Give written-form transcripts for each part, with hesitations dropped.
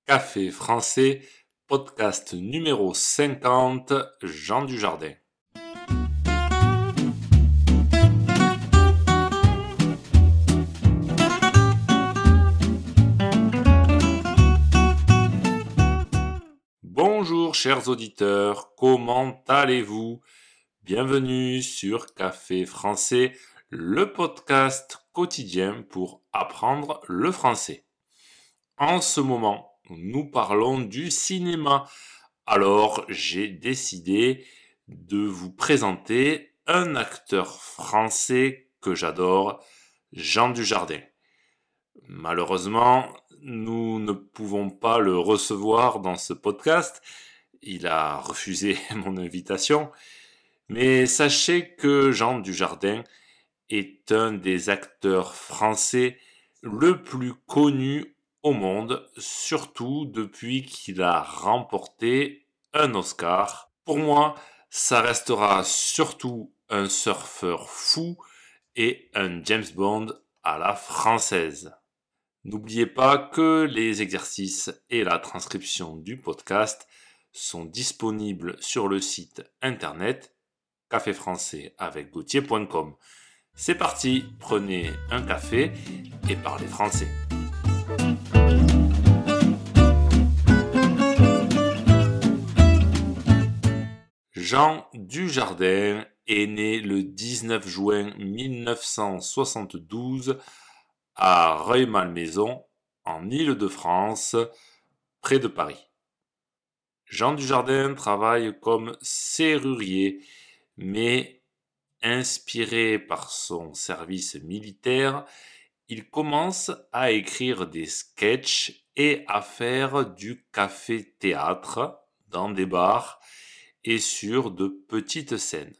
Café français, podcast numéro 50, Jean Dujardin. Bonjour chers auditeurs, comment allez-vous ? Bienvenue sur Café français, le podcast quotidien pour apprendre le français. En ce moment, nous parlons du cinéma. Alors, j'ai décidé de vous présenter un acteur français que j'adore, Jean Dujardin. Malheureusement, nous ne pouvons pas le recevoir dans ce podcast. Il a refusé mon invitation. Mais sachez que Jean Dujardin est un des acteurs français le plus connu au monde, surtout depuis qu'il a remporté un Oscar. Pour moi, ça restera surtout un surfeur fou et un James Bond à la française. N'oubliez pas que les exercices et la transcription du podcast sont disponibles sur le site internet caféfrançaisavecgautier.com. C'est parti, prenez un café et parlez français. Jean Dujardin est né le 19 juin 1972 à Rueil-Malmaison, en Île-de-France, près de Paris. Jean Dujardin travaille comme serrurier, mais inspiré par son service militaire, il commence à écrire des sketchs et à faire du café-théâtre dans des bars et sur de petites scènes.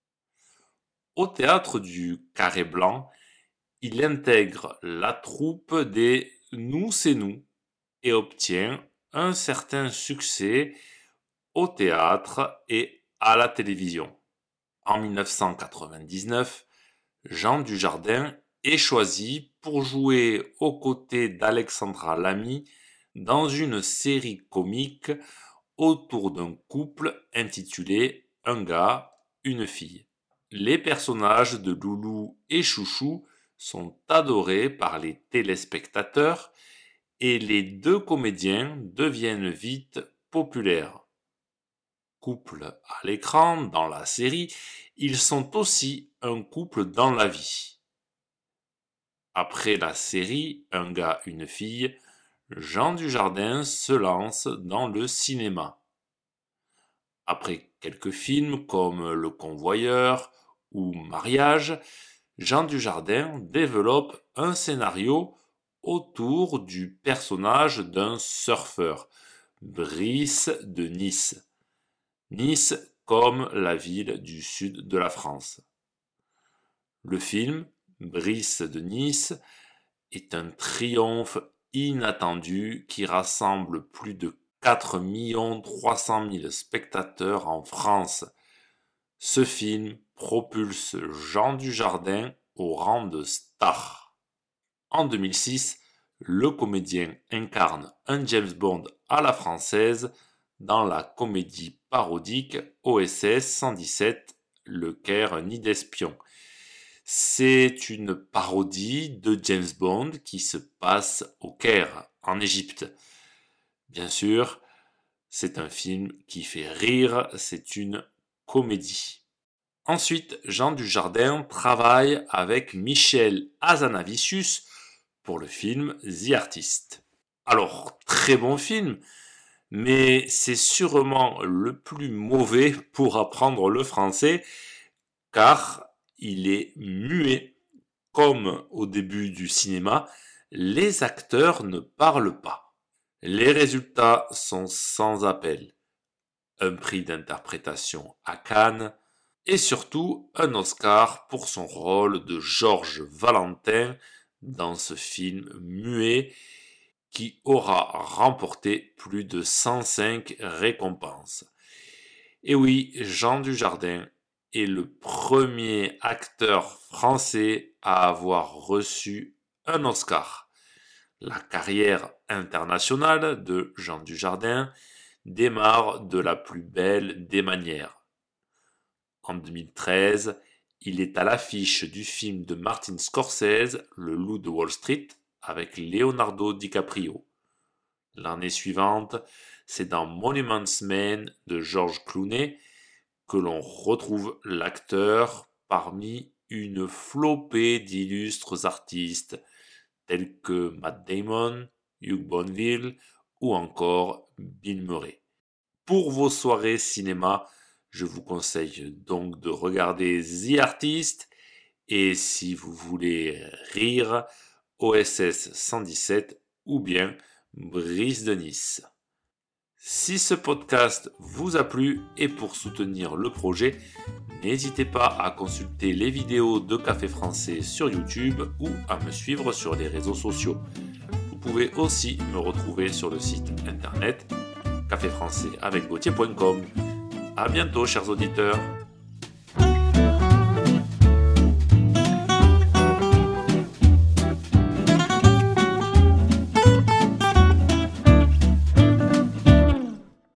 Au théâtre du Carré Blanc, il intègre la troupe des Nous c'est nous et obtient un certain succès au théâtre et à la télévision. En 1999, Jean Dujardin est choisi pour jouer aux côtés d'Alexandra Lamy dans une série comique autour d'un couple intitulé Un gars, une fille. Les personnages de Loulou et Chouchou sont adorés par les téléspectateurs et les deux comédiens deviennent vite populaires. Couple à l'écran dans la série, ils sont aussi un couple dans la vie. Après la série Un gars, une fille, Jean Dujardin se lance dans le cinéma. Après quelques films comme Le Convoyeur ou Mariage, Jean Dujardin développe un scénario autour du personnage d'un surfeur, Brice de Nice. Nice comme la ville du sud de la France. Le film, Brice de Nice, est un triomphe inattendu qui rassemble plus de 4 300 000 spectateurs en France. Ce film propulse Jean Dujardin au rang de star. En 2006, le comédien incarne un James Bond à la française dans la comédie parodique OSS 117, Le Caire Nid d'Espion. C'est une parodie de James Bond qui se passe au Caire, en Égypte. Bien sûr, c'est un film qui fait rire, c'est une comédie. Ensuite, Jean Dujardin travaille avec Michel Hazanavicius pour le film The Artist. Alors, très bon film, mais c'est sûrement le plus mauvais pour apprendre le français, car il est muet. Comme au début du cinéma, les acteurs ne parlent pas. Les résultats sont sans appel. Un prix d'interprétation à Cannes et surtout un Oscar pour son rôle de Georges Valentin dans ce film muet qui aura remporté plus de 105 récompenses. Et oui, Jean Dujardin est le premier acteur français à avoir reçu un Oscar. La carrière internationale de Jean Dujardin démarre de la plus belle des manières. En 2013, il est à l'affiche du film de Martin Scorsese, Le Loup de Wall Street, avec Leonardo DiCaprio. L'année suivante, c'est dans Monuments Men de George Clooney que l'on retrouve l'acteur parmi une flopée d'illustres artistes tels que Matt Damon, Hugh Bonneville ou encore Bill Murray. Pour vos soirées cinéma, je vous conseille donc de regarder The Artist et si vous voulez rire, OSS 117 ou bien Brise de Nice. Si ce podcast vous a plu et pour soutenir le projet, n'hésitez pas à consulter les vidéos de Café Français sur YouTube ou à me suivre sur les réseaux sociaux. Vous pouvez aussi me retrouver sur le site internet caféfrançaisavecgautier.com. À bientôt chers auditeurs.